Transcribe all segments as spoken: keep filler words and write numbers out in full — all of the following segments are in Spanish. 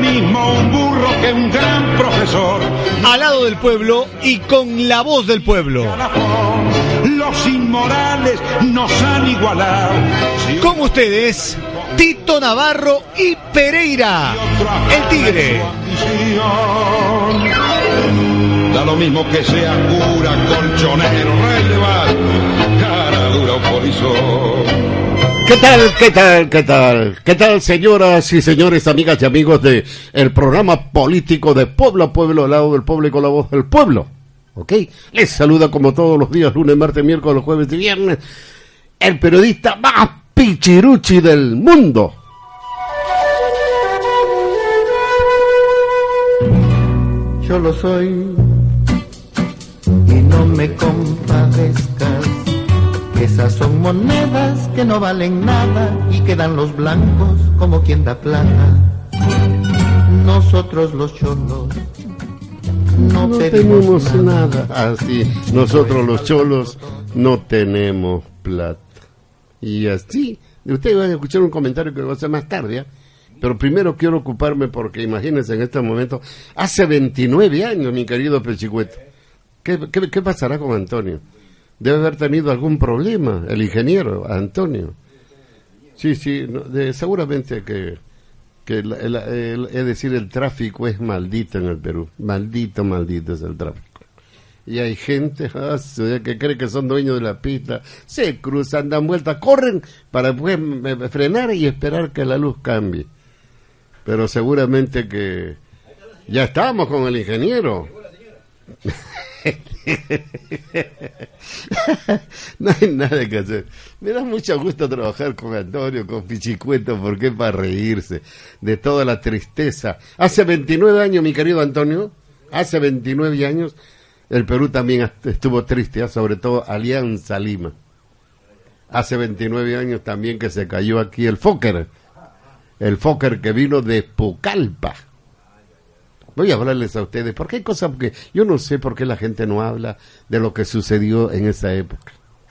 mismo un burro que un gran profesor. Al lado del pueblo y con la voz del pueblo. Los inmorales nos han igualado. Con ustedes, Tito Navarro y Pereira, el Tigre. Da lo mismo que sea cura, colchonero, rey de barco, cara dura o polizón. ¿Qué tal, qué tal, qué tal? ¿Qué tal, señoras y señores, amigas y amigos de el programa político de Pueblo a Pueblo, al lado del pueblo y con la voz del pueblo? ¿Ok? Les saluda como todos los días, lunes, martes, miércoles, jueves y viernes, el periodista más pichiruchi del mundo. Yo lo soy y no me compadezcas, esas son monedas que no valen nada y quedan los blancos como quien da plata. Nosotros los cholos no, no tenemos, tenemos nada. nada. Así, nosotros los cholos no tenemos plata. Y así, ustedes van a escuchar un comentario que va a ser más tarde, ¿eh? Pero primero quiero ocuparme porque imagínense en este momento, hace veintinueve años, mi querido Pechicueto. ¿Qué, qué, qué pasará con Antonio? Debe haber tenido algún problema, el ingeniero, Antonio. Sí, sí, no, de, seguramente que, que el, el, el, es decir, el tráfico es maldito en el Perú. Maldito, maldito es el tráfico. Y hay gente oh, que cree que son dueños de la pista, se cruzan, dan vueltas, corren para pues, frenar y esperar que la luz cambie. Pero seguramente que ya estamos con el ingeniero. No hay nada que hacer. Me da mucho gusto trabajar con Antonio, con Pichicueto, porque es para reírse de toda la tristeza. Hace veintinueve años, mi querido Antonio, hace veintinueve años, el Perú también estuvo triste, ¿eh? Sobre todo Alianza Lima. Hace veintinueve años también que se cayó aquí el Fokker, el Fokker que vino de Pucallpa. Voy a hablarles a ustedes, porque hay cosas que yo no sé por qué la gente no habla de lo que sucedió en esa época.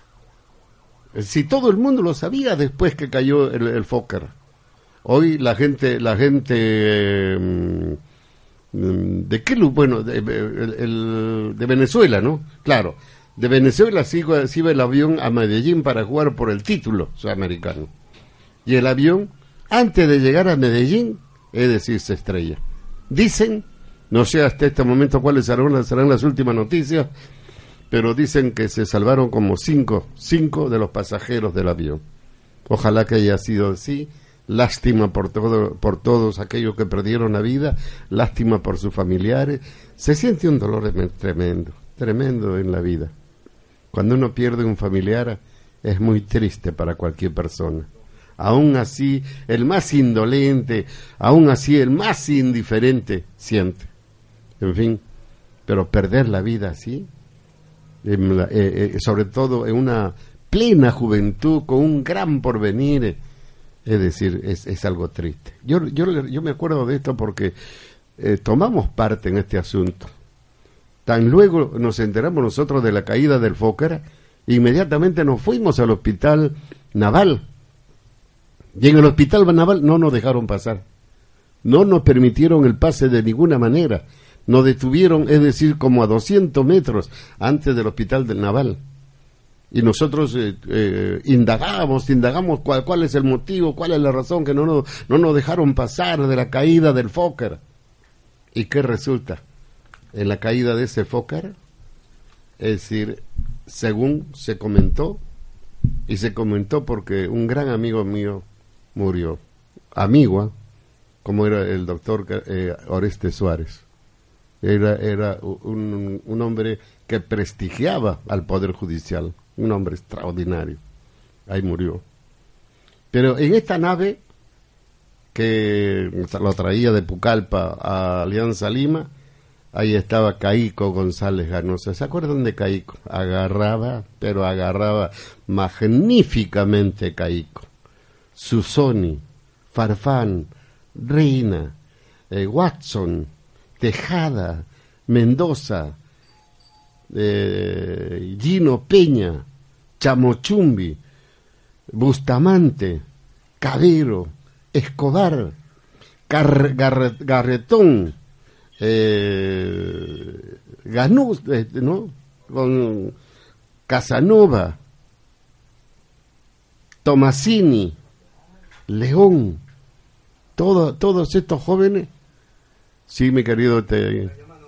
Si todo el mundo lo sabía después que cayó el, el Fokker. Hoy la gente, la gente eh, de qué bueno, de, el, el, de Venezuela, ¿no? Claro, de Venezuela se iba, se iba el avión a Medellín para jugar por el título sudamericano. Y el avión, antes de llegar a Medellín, es decir, se estrella. Dicen, no sé hasta este momento cuáles serán, serán las últimas noticias, pero dicen que se salvaron como cinco, cinco de los pasajeros del avión. Ojalá que haya sido así. Lástima por todo, por todos aquellos que perdieron la vida, lástima por sus familiares. Se siente un dolor tremendo, tremendo en la vida. Cuando uno pierde un familiar es muy triste para cualquier persona. Aún así, el más indolente, aún así el más indiferente siente. En fin, pero perder la vida así, en la, eh, eh, sobre todo en una plena juventud, con un gran porvenir, eh, es decir, es, es algo triste. Yo, yo, yo me acuerdo de esto porque eh, tomamos parte en este asunto. Tan luego nos enteramos nosotros de la caída del Fokker, inmediatamente nos fuimos al hospital naval. Y en el hospital naval no nos dejaron pasar. No nos permitieron el pase de ninguna manera. Nos detuvieron, es decir, como a doscientos metros antes del hospital del naval. Y nosotros eh, eh, indagamos, indagamos cuál, cuál es el motivo, cuál es la razón que no nos, no nos dejaron pasar de la caída del Fokker. ¿Y qué resulta? En la caída de ese Fokker, es decir, según se comentó, y se comentó porque un gran amigo mío murió, amigo, como era el doctor eh, Oreste Suárez. Era, era un, un hombre que prestigiaba al Poder Judicial, un hombre extraordinario. Ahí murió. Pero en esta nave, que lo traía de Pucallpa a Alianza Lima, ahí estaba Caico González Ganosa. ¿Se acuerdan de Caico? Agarraba, pero agarraba magníficamente Caico. Susoni, Farfán, Reina, eh, Watson, Tejada, Mendoza, eh, Gino Peña, Chamochumbi, Bustamante, Cabero, Escobar, Gar, Gar, Garretón, eh, Ganús, eh, ¿no? Con Casanova, Tomasini, León, todo, todos estos jóvenes. Sí, mi querido, te...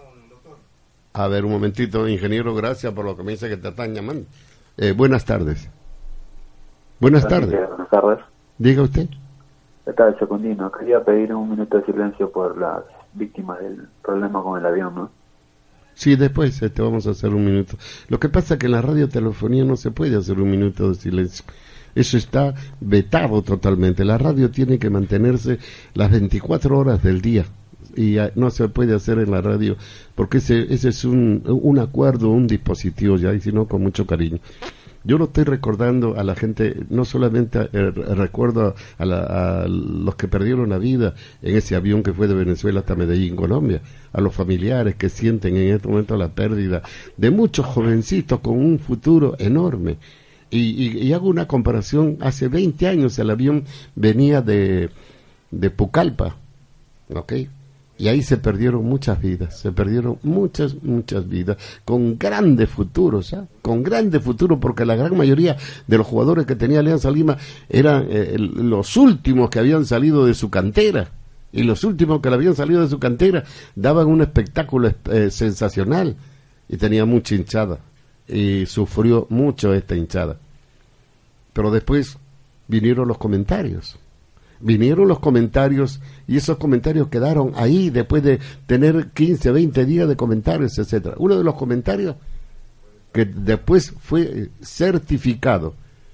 A ver, un momentito, ingeniero, gracias por lo que me dice que te están llamando. Eh, buenas tardes. Buenas tardes. Buenas tardes. Diga usted. Esta vez Secundino, quería pedir un minuto de silencio por las víctimas del problema con el avión, ¿no? Sí, después te este, vamos a hacer un minuto. Lo que pasa es que en la radiotelefonía no se puede hacer un minuto de silencio. Eso está vetado totalmente. La radio tiene que mantenerse las veinticuatro horas del día. Y no se puede hacer en la radio, porque ese ese es un, un acuerdo, un dispositivo ya, y sino con mucho cariño. Yo lo estoy recordando a la gente, no solamente eh, recuerdo a, la, a los que perdieron la vida en ese avión que fue de Venezuela hasta Medellín, Colombia, a los familiares que sienten en este momento la pérdida de muchos jovencitos con un futuro enorme. Y, y, y hago una comparación, hace veinte años el avión venía de, de Pucallpa, ¿ok? Y ahí se perdieron muchas vidas, se perdieron muchas, muchas vidas, con grandes futuros, ¿eh? Con grandes futuros, porque la gran mayoría de los jugadores que tenía Alianza Lima eran eh, los últimos que habían salido de su cantera, y los últimos que le habían salido de su cantera daban un espectáculo eh, sensacional, y tenía mucha hinchada, y sufrió mucho esta hinchada. Pero después vinieron los comentarios. Vinieron los comentarios y esos comentarios quedaron ahí después de tener quince, veinte días de comentarios, etcétera. Uno de los comentarios que después fue certificado,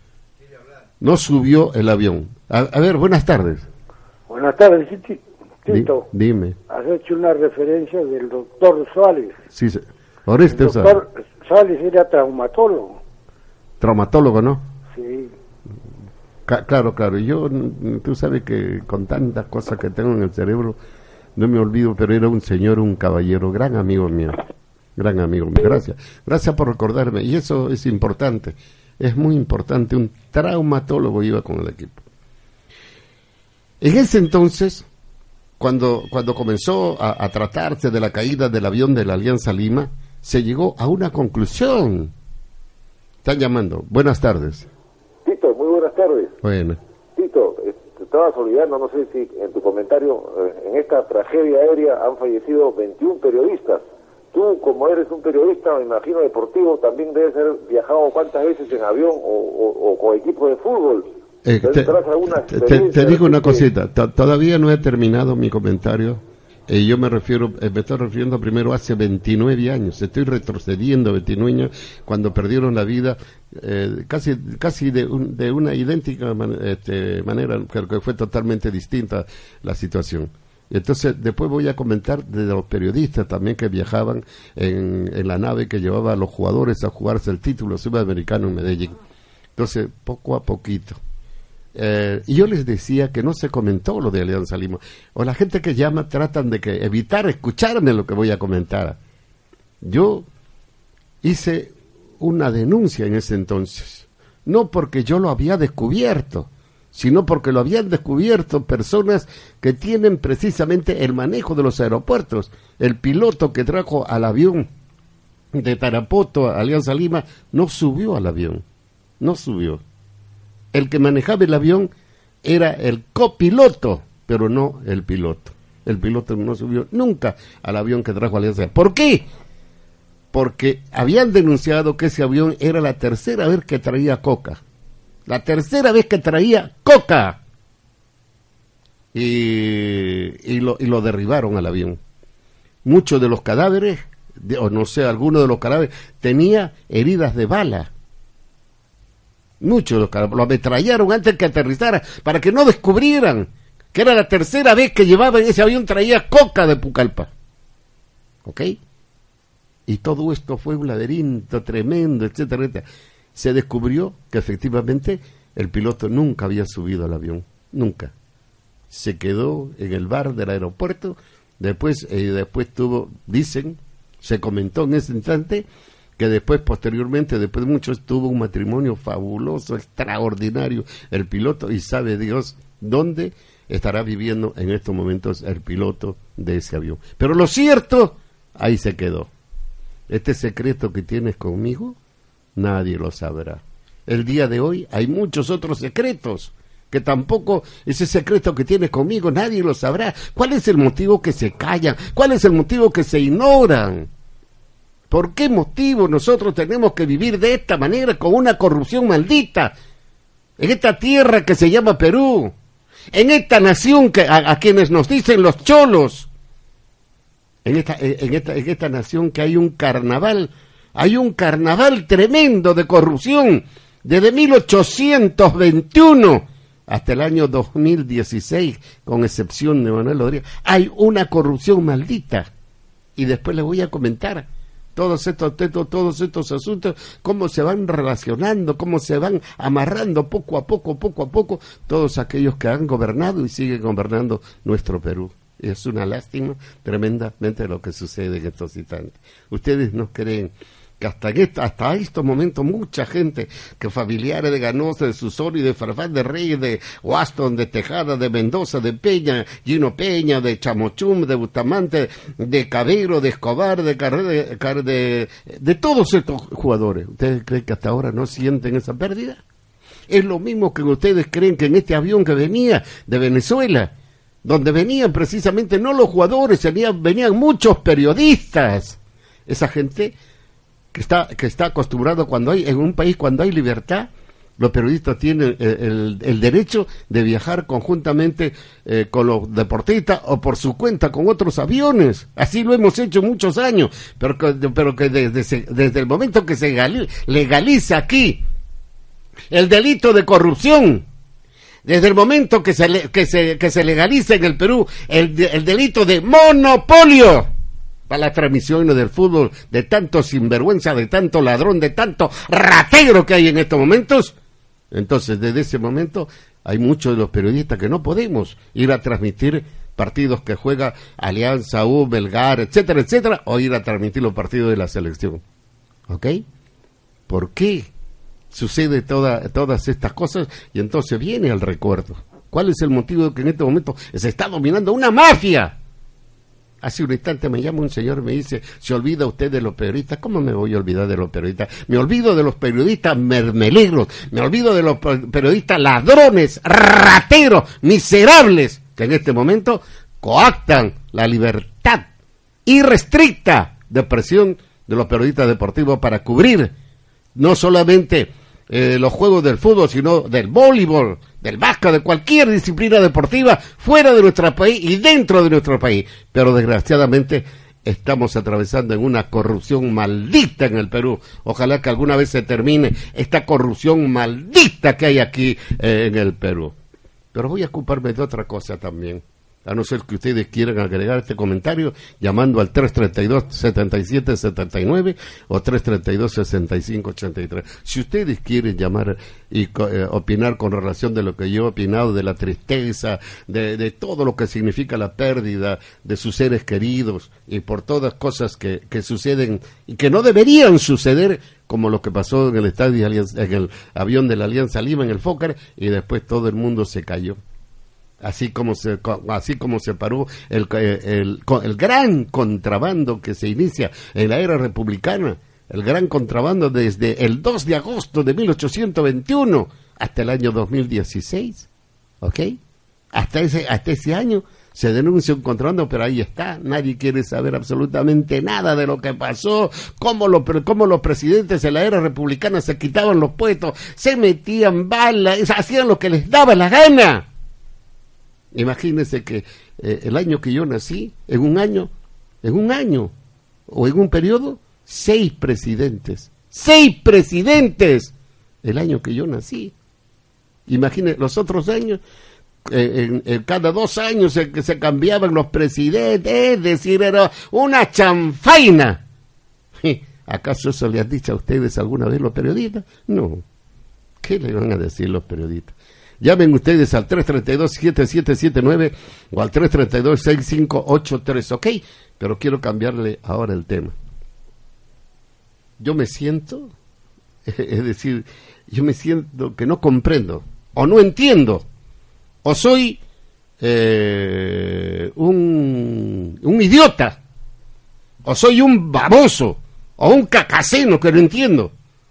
no subió el avión. A, a ver, buenas tardes. Buenas tardes, Tito. Di, dime. Has hecho una referencia del doctor Suárez. Sí, sí. Oreste, el doctor Suárez era traumatólogo. Traumatólogo, ¿no? Sí. Claro, claro, yo, tú sabes que con tantas cosas que tengo en el cerebro, no me olvido, pero era un señor, un caballero, gran amigo mío, gran amigo mío, gracias, gracias por recordarme, y eso es importante, es muy importante, un traumatólogo iba con el equipo. En ese entonces, cuando, cuando comenzó a, a tratarse de la caída del avión de la Alianza Lima, se llegó a una conclusión. Están llamando, buenas tardes. Tito, muy buenas tardes. Bueno. Tito, eh, te estabas olvidando, no sé si en tu comentario, eh, en esta tragedia aérea han fallecido veintiún periodistas. Tú, como eres un periodista, me imagino deportivo, también debes haber viajado cuántas veces en avión o, o, o con equipo de fútbol. Eh, te, te, te digo una cosita, T todavía no he terminado mi comentario. Eh, yo me refiero, eh, me estoy refiriendo primero hace veintinueve años, estoy retrocediendo veintinueve años cuando perdieron la vida, eh, casi casi de, un, de una idéntica man, este, manera, creo que fue totalmente distinta la situación. Entonces, después voy a comentar de los periodistas también que viajaban en, en la nave que llevaba a los jugadores a jugarse el título sudamericano en Medellín. Entonces, poco a poquito. Eh, y yo les decía que no se comentó lo de Alianza Lima, o la gente que llama tratan de que evitar escucharme lo que voy a comentar. Yo hice una denuncia en ese entonces, no porque yo lo había descubierto, sino porque lo habían descubierto personas que tienen precisamente el manejo de los aeropuertos. El piloto que trajo al avión de Tarapoto a Alianza Lima no subió al avión, no subió. El que manejaba el avión era el copiloto, pero no el piloto. El piloto no subió nunca al avión que trajo Alianza. ¿Por qué? Porque habían denunciado que ese avión era la tercera vez que traía coca. La tercera vez que traía coca. Y, y, lo, y lo derribaron al avión. Muchos de los cadáveres, de, o no sé, algunos de los cadáveres, tenía heridas de bala. Muchos lo ametrallaron antes que aterrizara para que no descubrieran que era la tercera vez que llevaba ese avión, traía coca de Pucallpa. ¿Ok? Y todo esto fue un laberinto tremendo, etcétera, etcétera. Se descubrió que efectivamente el piloto nunca había subido al avión, nunca. Se quedó en el bar del aeropuerto, después, eh, después tuvo, dicen, se comentó en ese instante, que después, posteriormente, después de muchos, tuvo un matrimonio fabuloso, extraordinario, el piloto, y sabe Dios dónde, estará viviendo en estos momentos el piloto de ese avión. Pero lo cierto, ahí se quedó. Este secreto que tienes conmigo, nadie lo sabrá. El día de hoy hay muchos otros secretos que tampoco, ese secreto que tienes conmigo, nadie lo sabrá. ¿Cuál es el motivo que se callan? ¿Cuál es el motivo que se ignoran? ¿Por qué motivo nosotros tenemos que vivir de esta manera, con una corrupción maldita, en esta tierra que se llama Perú, en esta nación que a, a quienes nos dicen los cholos, en esta, en esta, en esta nación que hay un carnaval, hay un carnaval tremendo de corrupción, desde mil ochocientos veintiuno hasta el año dos mil dieciséis, con excepción de Manuel Rodríguez, hay una corrupción maldita. Y después les voy a comentar todos estos, estos, todos estos asuntos, cómo se van relacionando, cómo se van amarrando poco a poco, poco a poco, todos aquellos que han gobernado y siguen gobernando nuestro Perú. Es una lástima tremendamente lo que sucede en estos instantes. Ustedes no creen que hasta, esta, hasta estos momentos mucha gente, que familiares de Ganosa, de Susori, de Farfán de Reyes, de Waston, de Tejada, de Mendoza, de Peña, Gino Peña, de Chamochum, de Bustamante, de Cabero, de Escobar, de Carrera, de, de, de todos estos jugadores. ¿Ustedes creen que hasta ahora no sienten esa pérdida? Es lo mismo que ustedes creen que en este avión que venía de Venezuela, donde venían precisamente no los jugadores, venían, venían muchos periodistas. Esa gente que está que está acostumbrado, cuando hay en un país cuando hay libertad, los periodistas tienen el, el, el derecho de viajar conjuntamente eh, con los deportistas o por su cuenta con otros aviones. Así lo hemos hecho muchos años, pero que, pero que desde, desde el momento que se legaliza aquí el delito de corrupción, desde el momento que se que se que se legaliza en el Perú el, el delito de monopolio para las transmisiones del fútbol, de tanto sinvergüenza, de tanto ladrón, de tanto ratero que hay en estos momentos, entonces desde ese momento hay muchos de los periodistas que no podemos ir a transmitir partidos que juega Alianza, U, Melgar, etcétera, etcétera, o ir a transmitir los partidos de la selección. ¿Ok? ¿Por qué sucede toda, todas estas cosas? Y entonces viene el recuerdo. ¿Cuál es el motivo de que en este momento se está dominando una mafia? Hace un instante me llama un señor y me dice, ¿se olvida usted de los periodistas? ¿Cómo me voy a olvidar de los periodistas? Me olvido de los periodistas mermelegros, me olvido de los periodistas ladrones, rateros, miserables, que en este momento coactan la libertad irrestricta de expresión de los periodistas deportivos para cubrir no solamente eh, los juegos del fútbol, sino del voleibol, del básquet, de cualquier disciplina deportiva fuera de nuestro país y dentro de nuestro país. Pero desgraciadamente estamos atravesando en una corrupción maldita en el Perú. Ojalá que alguna vez se termine esta corrupción maldita que hay aquí eh, en el Perú. Pero voy a ocuparme de otra cosa también, a no ser que ustedes quieran agregar este comentario llamando al tres treinta y dos, setenta y siete setenta y nueve o tres treinta y dos, sesenta y cinco ochenta y tres. Si ustedes quieren llamar y eh, opinar con relación de lo que yo he opinado, de la tristeza, de, de todo lo que significa la pérdida de sus seres queridos y por todas cosas que, que suceden y que no deberían suceder, como lo que pasó en el estadio Alianza, en el avión de la Alianza Lima, en el Fócar, y después todo el mundo se cayó. Así como se así como se paró el, el, el, el gran contrabando que se inicia en la era republicana, el gran contrabando desde el dos de agosto de mil ochocientos veintiuno hasta el año dos mil dieciséis, ¿ok? Hasta ese, hasta ese año se denuncia un contrabando, pero ahí está, nadie quiere saber absolutamente nada de lo que pasó, cómo, lo, cómo los presidentes de la era republicana se quitaban los puestos, se metían balas, hacían lo que les daba la gana. Imagínense que eh, el año que yo nací, en un año, en un año, o en un periodo, seis presidentes, seis presidentes, el año que yo nací. Imagínense, los otros años, eh, en, en cada dos años se, se cambiaban los presidentes, es decir, era una chanfaina. ¿Acaso eso le han dicho a ustedes alguna vez los periodistas? No. ¿Qué le van a decir los periodistas? Llamen ustedes al tres treinta y dos, siete siete siete nueve o al tres treinta y dos, seis cinco ocho tres, ¿ok? Pero quiero cambiarle ahora el tema. Yo me siento, es decir, yo me siento que no comprendo, o no entiendo, o soy eh, un, un idiota, o soy un baboso, o un cacaceno que no entiendo.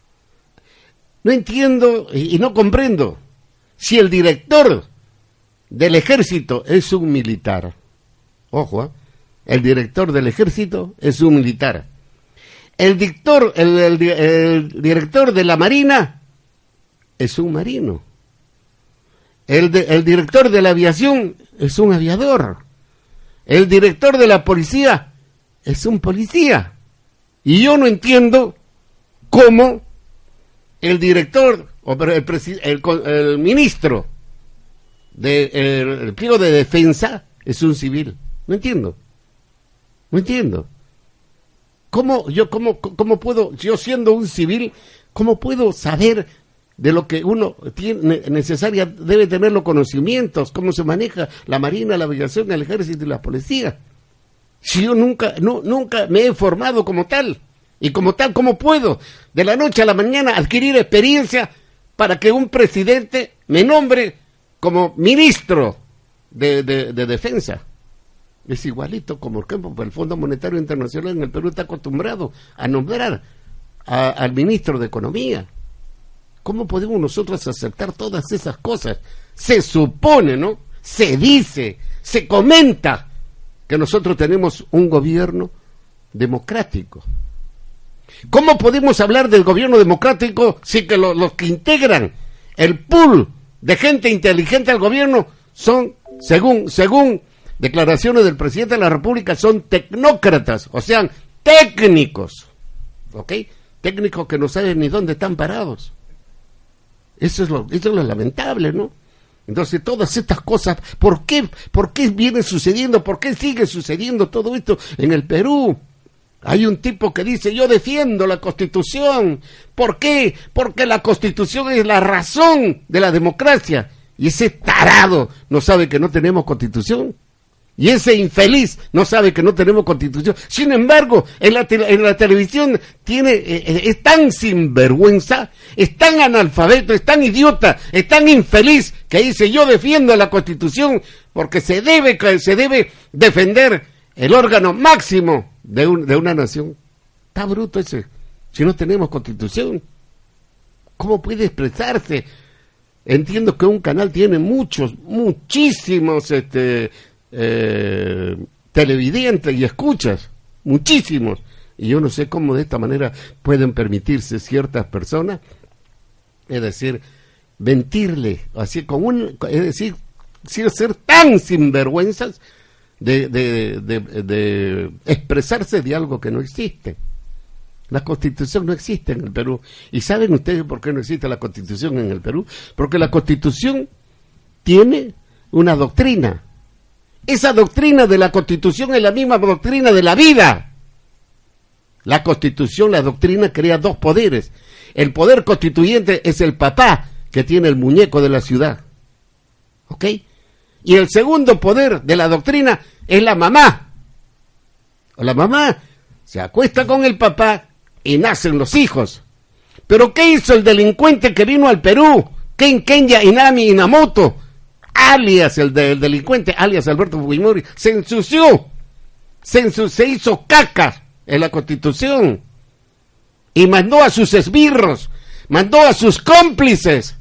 No entiendo y, y no comprendo si el director del ejército es un militar. Ojo, ¿eh? El director del ejército es un militar. El, dictor, el, el, el director de la marina es un marino. El, de, el director de la aviación es un aviador. El director de la policía es un policía. Y yo no entiendo cómo el director, o el, el, el ministro del de, el pliego de defensa es un civil. No entiendo. No entiendo. ¿Cómo yo cómo, cómo puedo, yo siendo un civil, cómo puedo saber de lo que uno tiene necesaria, debe tener los conocimientos, cómo se maneja la marina, la aviación, el ejército y la policía? Si yo nunca, no, nunca me he formado como tal, y como tal, ¿cómo puedo de la noche a la mañana adquirir experiencia para que un presidente me nombre como ministro de, de, de defensa? Es igualito como el campo, el Fondo Monetario Internacional en el Perú está acostumbrado a nombrar a, al ministro de Economía. ¿Cómo podemos nosotros aceptar todas esas cosas? Se supone, ¿no? Se dice, se comenta que nosotros tenemos un gobierno democrático. ¿Cómo podemos hablar del gobierno democrático si que lo, los que integran el pool de gente inteligente al gobierno son, según, según declaraciones del presidente de la República, son tecnócratas, o sea, técnicos, ¿ok? Técnicos que no saben ni dónde están parados. Eso es lo, eso es lo lamentable, ¿no? Entonces, todas estas cosas, ¿por qué, por qué viene sucediendo? ¿Por qué sigue sucediendo todo esto en el Perú? Hay un tipo que dice, yo defiendo la Constitución. ¿Por qué? Porque la Constitución es la razón de la democracia. Y ese tarado no sabe que no tenemos Constitución. Y ese infeliz no sabe que no tenemos Constitución. Sin embargo, en la, te en la televisión tiene, eh, es tan sinvergüenza, es tan analfabeto, es tan idiota, es tan infeliz, que dice, yo defiendo la Constitución porque se debe, se debe defender el órgano máximo de, un, de una nación. Está bruto ese. Si no tenemos Constitución, ¿cómo puede expresarse? Entiendo que un canal tiene muchos, muchísimos, este... Eh, televidentes y escuchas, muchísimos, y yo no sé cómo de esta manera pueden permitirse ciertas personas, es decir, mentirle, así como un, es decir, ser tan sinvergüenzas de, de, de, de expresarse de algo que no existe. La Constitución no existe en el Perú. ¿Y saben ustedes por qué no existe la Constitución en el Perú? Porque la Constitución tiene una doctrina. Esa doctrina de la Constitución es la misma doctrina de la vida. La Constitución, la doctrina, crea dos poderes. El poder constituyente es el papá, que tiene el muñeco de la ciudad. ¿Ok? Y el segundo poder de la doctrina es la mamá. La mamá se acuesta con el papá y nacen los hijos. ¿Pero qué hizo el delincuente que vino al Perú? Ken Kenya Inami Inamoto, alias el, de, el delincuente, alias Alberto Fujimori, se ensució, se, ensu se hizo caca en la Constitución y mandó a sus esbirros, mandó a sus cómplices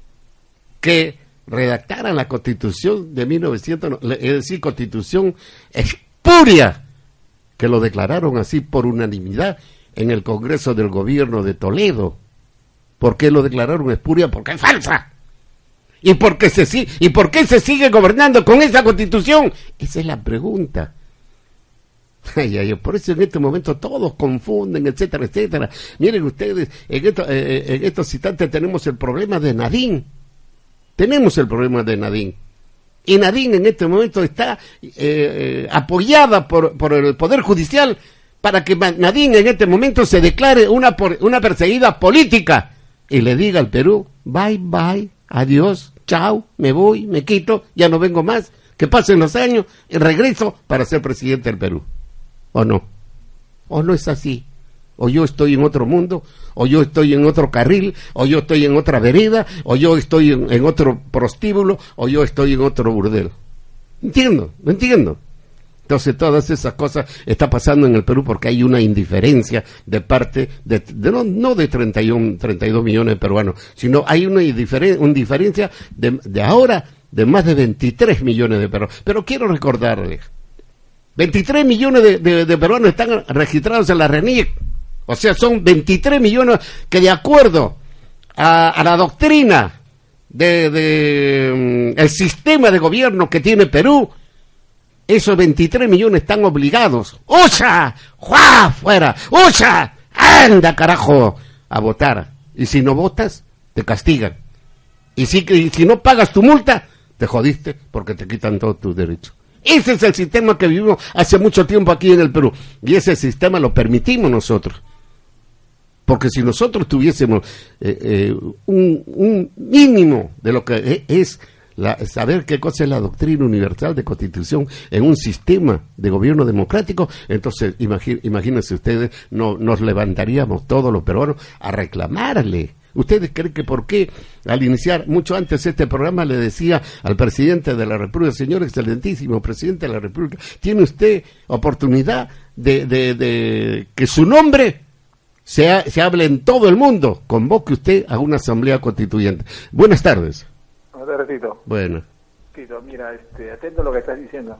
que redactaran la Constitución de mil novecientos, es decir, Constitución espuria, que lo declararon así por unanimidad en el Congreso del Gobierno de Toledo. ¿Por qué lo declararon espuria? Porque es falsa. ¿Y por qué se, y por qué se sigue gobernando con esa Constitución? Esa es la pregunta. Ay, ay, por eso en este momento todos confunden, etcétera, etcétera. Miren ustedes, en, esto, eh, en estos instantes tenemos el problema de Nadine. Tenemos el problema de Nadine. Y Nadine en este momento está eh, eh, apoyada por, por el Poder Judicial para que Nadine en este momento se declare una, una perseguida política y le diga al Perú, bye, bye, adiós, chao, me voy, me quito, ya no vengo más, que pasen los años y regreso para ser presidente del Perú. ¿O no? ¿O no es así? O yo estoy en otro mundo, o yo estoy en otro carril, o yo estoy en otra vereda, o yo estoy en, en otro prostíbulo, o yo estoy en otro burdel. Entiendo, no entiendo. Entonces todas esas cosas están pasando en el Perú porque hay una indiferencia de parte de, de no, no de treinta y uno, treinta y dos millones de peruanos, sino hay una, diferen, una diferencia de, de ahora de más de veintitrés millones de peruanos. Pero quiero recordarles, veintitrés millones de, de, de peruanos están registrados en la RENIEC. O sea, son veintitrés millones que de acuerdo a, a la doctrina de, de um, el sistema de gobierno que tiene Perú, esos veintitrés millones están obligados. ¡Ucha! ¡Juá! ¡Fuera! ¡Ucha! ¡Anda, carajo! A votar. Y si no votas, te castigan. Y si, y si no pagas tu multa, te jodiste porque te quitan todos tus derechos. Ese es el sistema que vivimos hace mucho tiempo aquí en el Perú. Y ese sistema lo permitimos nosotros. Porque si nosotros tuviésemos eh, eh, un, un mínimo de lo que es la, saber qué cosa es la doctrina universal de Constitución en un sistema de gobierno democrático, entonces imagi, imagínense ustedes, no, nos levantaríamos todos los peruanos a reclamarle. ¿Ustedes creen que por qué al iniciar mucho antes este programa le decía al presidente de la República, señor excelentísimo presidente de la República, tiene usted oportunidad de, de, de que su nombre se, ha, se hable en todo el mundo, convoque usted a una asamblea constituyente? Buenas tardes. Buenas tardes, Tito. Bueno. Tito, mira, este, atento a lo que estás diciendo.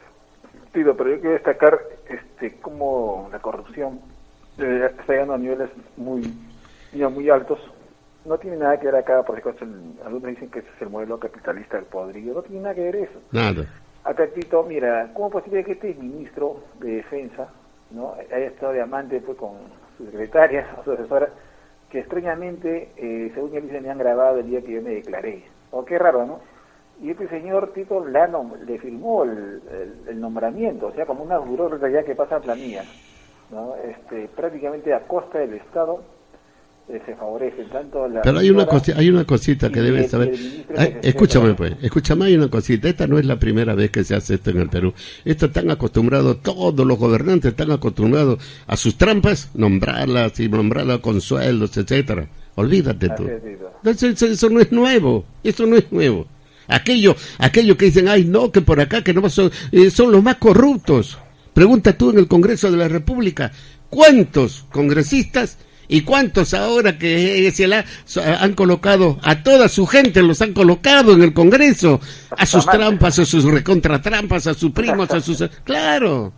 Tito, pero yo quiero destacar este, cómo la corrupción eh, está llegando a niveles muy, muy altos. No tiene nada que ver acá, por ejemplo, algunos dicen que ese es el modelo capitalista del podrido. No tiene nada que ver eso. Nada. Acá, Tito, mira, ¿cómo es posible que este ministro de Defensa, ¿no?, haya estado de amante pues, con su secretaria, o su asesora, que extrañamente, eh, según él dice, me han grabado el día que yo me declaré? O qué raro, ¿no? Y este señor, Tito, le, nom le firmó el, el, el nombramiento, o sea, como una burócrata ya que pasa planilla, ¿no? Este, prácticamente a costa del Estado eh, se favorece tanto la... Pero hay una, cosi hay una cosita que deben saber. Ay, escúchame pues, escúchame, hay una cosita. Esta no es la primera vez que se hace esto en el Perú. Esto están acostumbrados, todos los gobernantes están acostumbrados a sus trampas, nombrarlas y nombrarlas con sueldos, etcétera. Olvídate tú. Eso, eso, eso no es nuevo, eso no es nuevo. Aquello, aquello que dicen, ay no, que por acá, que no son, eh, son los más corruptos. Pregunta tú en el Congreso de la República, ¿cuántos congresistas y cuántos ahora que se la han colocado, a toda su gente los han colocado en el Congreso, a sus trampas, a sus recontratrampas, a sus primos, a sus... ¡Claro!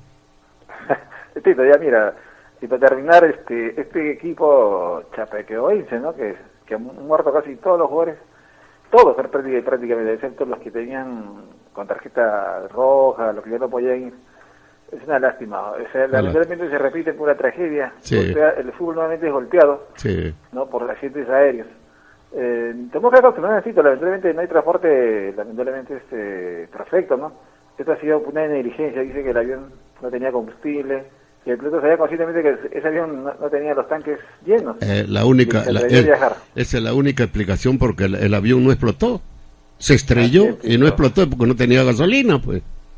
Tito, ya mira... Y para terminar, este este equipo chapecoense, ¿no?, que, que han muerto casi todos los jugadores, todos prácticamente, excepto los que tenían con tarjeta roja, los que ya no podían ir. Es una lástima. O sea, lamentablemente se repite por una tragedia. Sí. Golpea, el fútbol nuevamente es golpeado, sí, ¿no?, por accidentes aéreos. Eh, tenemos que acostumbrarnos a esto. Lamentablemente no hay transporte, lamentablemente este perfecto, ¿no? Esto ha sido una negligencia. Dice que el avión no tenía combustible. Y el piloto sabía conscientemente que ese avión no, no tenía los tanques llenos. Eh, la única, la, el, esa es la única explicación porque el, el avión no explotó. Se estrelló ah, sí, y no explotó porque no tenía gasolina, pues.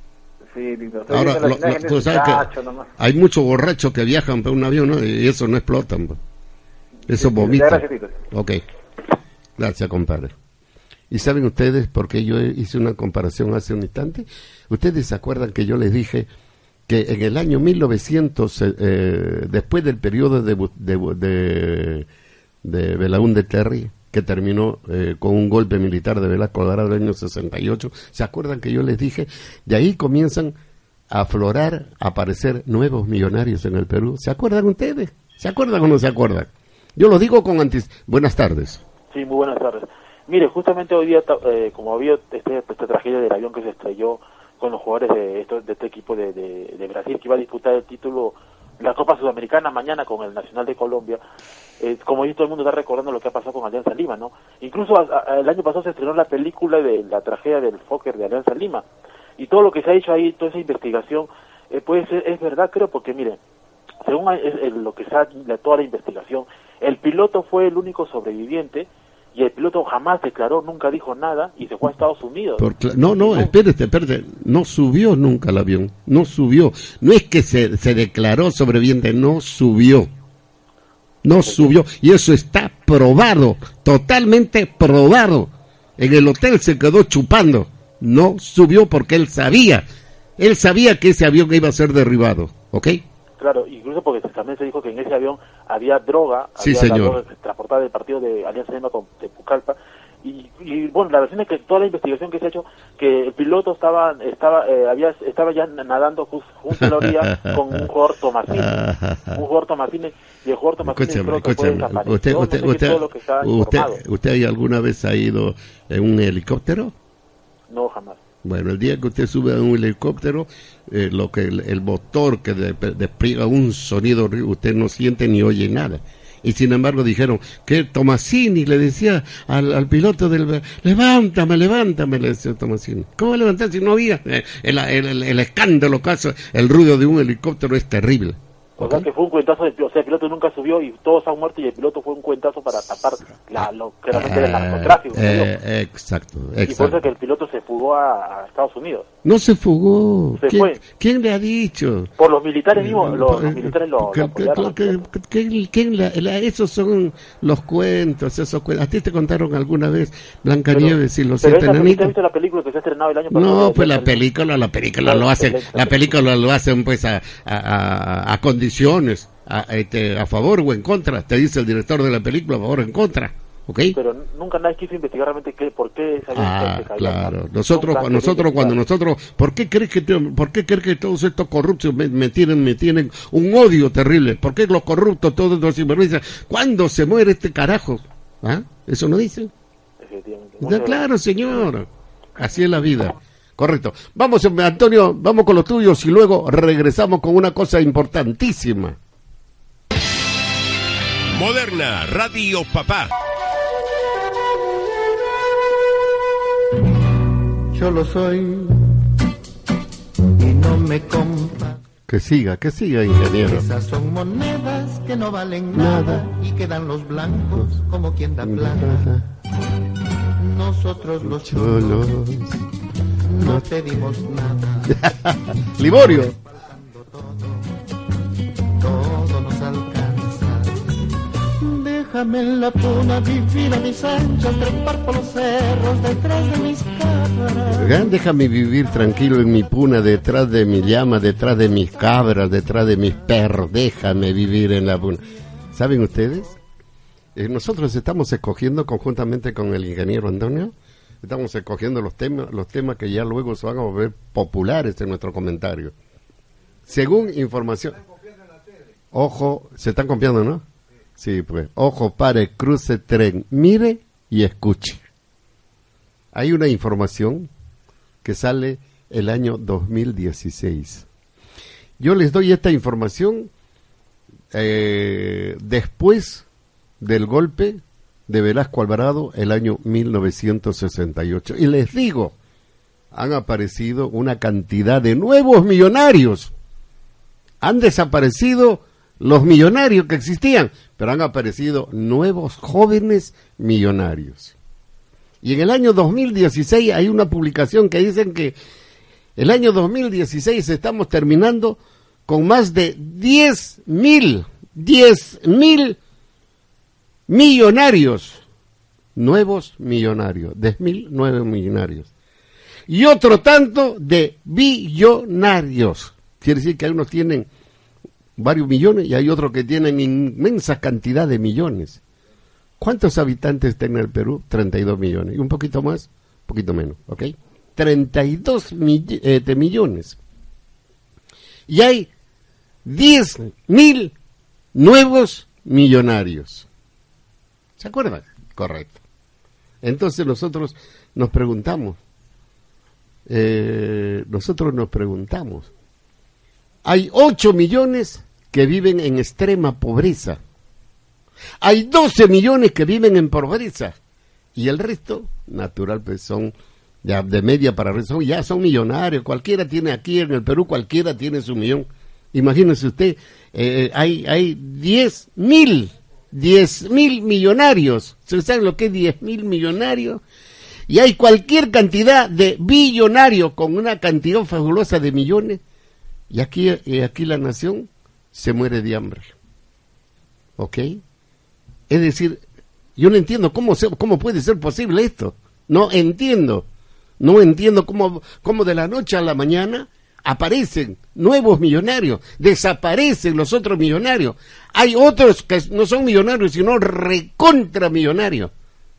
Sí, ahora, lo, lo, tú sabes que hay muchos borrachos que viajan por un avión, ¿no?, y eso no explotan, pues. Eso sí, vomita. Gracias, ok. Gracias, compadre. ¿Y saben ustedes por qué yo hice una comparación hace un instante? ¿Ustedes se acuerdan que yo les dije que en el año mil novecientos, eh, después del periodo de, de, de, de Belaúnde Terry, que terminó eh, con un golpe militar de Velasco Alvarado en el año sesenta y ocho, ¿se acuerdan que yo les dije? De ahí comienzan a aflorar, a aparecer nuevos millonarios en el Perú. ¿Se acuerdan ustedes? ¿Se acuerdan o no se acuerdan? Yo lo digo con antes. Buenas tardes. Sí, muy buenas tardes. Mire, justamente hoy día, eh, como había este, esta tragedia del avión que se estrelló con los jugadores de, esto, de este equipo de, de, de Brasil, que iba a disputar el título, la Copa Sudamericana mañana con el Nacional de Colombia. Eh, como hoy todo el mundo está recordando lo que ha pasado con Alianza Lima, ¿no? Incluso a, a, el año pasado se estrenó la película de la tragedia del Fokker de Alianza Lima, y todo lo que se ha hecho ahí, toda esa investigación, eh, puede ser, es verdad, creo, porque miren, según es, es, lo que sabe toda la investigación, el piloto fue el único sobreviviente, y el piloto jamás declaró, nunca dijo nada, y se fue a Estados Unidos. Por, no, no, espérate, espérate, no subió nunca el avión, no subió. No es que se, se declaró sobreviviente, no subió. No subió, y eso está probado, totalmente probado. En el hotel se quedó chupando, no subió porque él sabía, él sabía que ese avión iba a ser derribado, ¿ok? Claro, incluso porque también se dijo que en ese avión había droga, sí, había señor. la droga transportada del partido de Alianza Lima con de Pucallpa, y, y bueno, la versión es que toda la investigación que se ha hecho, que el piloto estaba estaba eh, había estaba ya nadando justo junto a la orilla con un jugador Tomasini, un jugador Tomasini, y el jugador Tomasini creo que fue desaparecido. Usted, usted, no sé usted, todo lo que está usted, informado. ¿Usted alguna vez ha ido en un helicóptero? No, jamás. Bueno, el día que usted sube a un helicóptero, eh, lo que el, el motor que de, despliega un sonido horrible, usted no siente ni oye nada. Y sin embargo dijeron que Tomasini le decía al, al piloto del... Levántame, levántame, le decía Tomasini. ¿Cómo levantar si no había? Eh, el, el, el, el escándalo, caso, el ruido de un helicóptero es terrible. O ¿Okay? sea que fue un cuentazo, de, o sea, el piloto nunca subió y todos han muerto y el piloto fue un cuentazo para tapar la, lo que realmente era el narcotráfico. Eh, eh, exacto, exacto. Y por eso que el piloto se fugó a, a Estados Unidos. No se fugó. Se ¿Quién, fue. ¿Quién le ha dicho? Por los militares mismos, los, Eh, los militares lo, que- lo apoyaron. que- que- que- ¿quién la- la- esos son los cuentos, esos cuentos. ¿A ti te contaron alguna vez Blancanieves y los Pero siete esa, ¿usted ha enanitos? visto la película que se ha estrenado el año pasado? No, De- pues de- la película, la película lo hacen, la película lo hacen pues a, a, a, a condiciones, a, este, a favor o en contra, te dice el director de la película, a favor o en contra, ¿ok? Pero nunca nadie quiso investigar realmente qué, por qué esa Ah, gente cayó. claro. Nosotros, Nunca nosotros quería cuando investigar. nosotros, ¿por qué crees que, te- por qué crees que todos estos corruptos me, me tienen, me tienen un odio terrible? ¿Por qué los corruptos, todos los sinvergüenzas, cuándo se muere este carajo? ¿Ah? ¿Eso no dicen? Efectivamente. Ya, Muchas claro, señor. Así es la vida. Correcto. Vamos, Antonio, vamos con los tuyos y luego regresamos con una cosa importantísima. Moderna Radio Papá. Yo lo soy y no me compra. Que siga, que siga, ingeniero. Esas son monedas que no valen nada y quedan los blancos como quien da plata. Nosotros los cholos no te dimos nada. Liborio. Todo nos alcanza. Déjame en la puna vivir a mis anchas, trepar por los cerros detrás de mis cabras. Déjame vivir tranquilo en mi puna, detrás de mi llama, detrás de mis cabras, detrás de mis perros. Déjame vivir en la puna. ¿Saben ustedes? Eh, nosotros estamos escogiendo conjuntamente con el ingeniero Antonio, estamos escogiendo los temas, los temas que ya luego se van a volver populares en nuestro comentario. Según información... Ojo, se están copiando, ¿no? Sí, pues. Ojo, pare, cruce, tren, mire y escuche. Hay una información que sale el año dos mil dieciséis. Yo les doy esta información eh, después del golpe de Velasco Alvarado el año mil novecientos sesenta y ocho. Y les digo, han aparecido una cantidad de nuevos millonarios. Han desaparecido los millonarios que existían, pero han aparecido nuevos jóvenes millonarios. Y en el año dos mil dieciséis hay una publicación que dicen que el año dos mil dieciséis estamos terminando con más de diez mil, diez mil millonarios, nuevos millonarios, diez mil nuevos millonarios. Y otro tanto de billonarios. Quiere decir que algunos tienen varios millones y hay otros que tienen inmensa cantidad de millones. ¿Cuántos habitantes tiene el Perú? treinta y dos millones. Y un poquito más, un poquito menos, ¿ok? treinta y dos mill- eh, de millones. Y hay diez mil nuevos millonarios. ¿Se acuerdan? Correcto. Entonces nosotros nos preguntamos, eh, nosotros nos preguntamos, hay ocho millones que viven en extrema pobreza. Hay doce millones que viven en pobreza. Y el resto, natural, pues son ya de media para arriba, son, ya son millonarios. Cualquiera tiene aquí en el Perú, cualquiera tiene su millón. Imagínese usted, eh, hay, hay diez mil, diez mil millonarios. ¿Se sabe lo que es diez mil millonarios? Y hay cualquier cantidad de billonarios con una cantidad fabulosa de millones. Y aquí, y aquí la nación se muere de hambre. ¿Ok? Es decir, yo no entiendo cómo, se, cómo puede ser posible esto. No entiendo. No entiendo cómo, cómo de la noche a la mañana aparecen nuevos millonarios, desaparecen los otros millonarios. Hay otros que no son millonarios, sino recontra millonarios.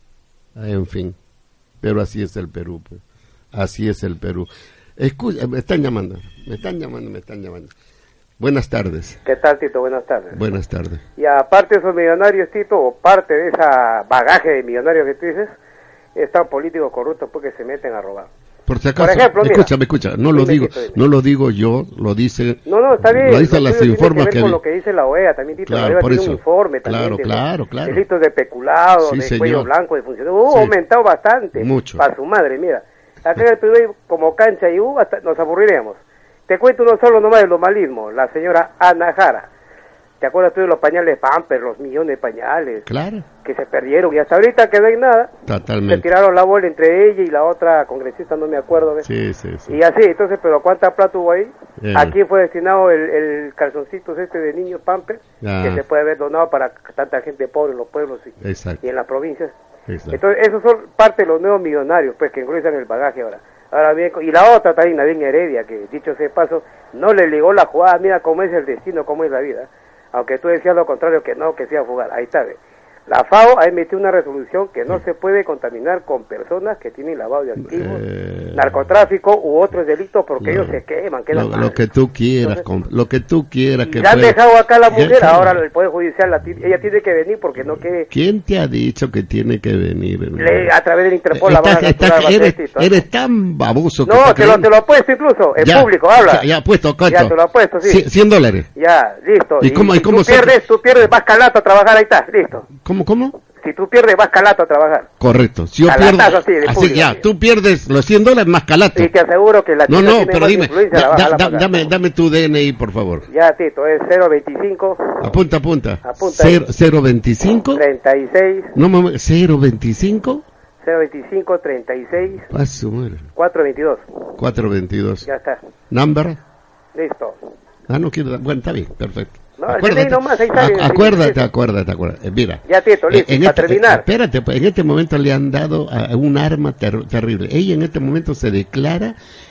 En fin, pero así es el Perú, pues. Así es el Perú. Escucha, me están llamando, me están llamando, me están llamando. Buenas tardes. ¿Qué tal, Tito? Buenas tardes. Buenas tardes. Y aparte de esos millonarios, Tito, o parte de esa bagaje de millonarios que tú dices, están políticos corruptos porque se meten a robar. Por si acaso, Por ejemplo, mira, escúchame, escucha, no lo digo, Tito, no lo digo yo, lo dice, no, no, está bien, lo dicen las informes que, que con lo que dice la O E A también, Tito, claro, la O E A por tiene eso. un informe también, claro, de claro, claro, delitos de peculado, sí, de señor. cuello blanco, de funcionarios, uh, Sí. ha aumentado bastante, Mucho. para su madre, mira, acá en el Perú como cancha y uh, hasta nos aburriremos. Te cuento uno solo nomás del normalismo, la señora Ana Jara. ¿Te acuerdas tú de los pañales Pampers, los millones de pañales? Claro. Que se perdieron y hasta ahorita que no hay nada. Totalmente. Se tiraron la bola entre ella y la otra congresista, no me acuerdo. ¿ves? Sí, sí, sí. Y así, entonces, pero ¿cuánta plata hubo ahí? Eh. ¿A quién fue destinado el, el calzoncito este de niños Pampers? Ah. Que se puede haber donado para tanta gente pobre en los pueblos y, Exacto. y en las provincias. Exacto. Entonces, esos son parte de los nuevos millonarios, pues, que engruesan el bagaje ahora. Ahora bien, y la otra también, Nadine Heredia, que dicho sea de paso, no le ligó la jugada, mira cómo es el destino, cómo es la vida. Aunque tú decías lo contrario, que no, que sea jugar. Ahí está, ve. La FAO ha emitido una resolución que no se puede contaminar con personas que tienen lavado de activos, Eh, narcotráfico u otros delitos, porque no, ellos se queman, quedan lo, mal. lo que tú quieras, com- lo que tú quieras. Que Ya han puede- dejado acá a la mujer, Ya- ahora el Poder Judicial, la ti- ella tiene que venir porque no quiere, ¿Quién te ha dicho que tiene que venir? hermano? le- a través del Interpol la van a Estás- estás- capturar, eres, Baquetito, ¿eh? eres tan baboso que No, estás te lo, creyendo- te lo apuesto incluso, en Ya, público, habla. Ya, ya puesto, Ya, ¿cuánto? te lo apuesto, sí. Cien- cien dólares. Ya, listo. ¿Y cómo- y si cómo tú se- pierdes, tú pierdes, vas calato a trabajar, ahí está, listo. ¿Cómo, cómo? Si tú pierdes, vas calato a trabajar. Correcto. Si yo A pierdo, latazo, sí, de así, público, ya, sí. tú pierdes los cien dólares más calato. Y te aseguro que la No, chica no, tiene pero más dime, influencia, la da- vas a da- la da- pagar. dame, dame tu D N I, por favor. Ya, Tito, es cero veinticinco, Apunta, apunta. Apunta Cero- ahí. cero veinticinco. treinta y seis, No, mames, cero veinticinco. cero veinticinco, treinta y seis, A su madre. cuatrocientos veintidós. cuatrocientos veintidós. Ya está, Number. listo. Ah, no quiero dar. Bueno, está bien, perfecto. No, el D N I nomás, ahí está, Acu- sí, sí, acuérdate, sí. acuérdate, acuérdate. Eh, Mira. Ya, Tito, listo, en para este- terminar. Espérate, pues, en este momento le han dado a- a un arma ter- terrible. Ella en este momento se declara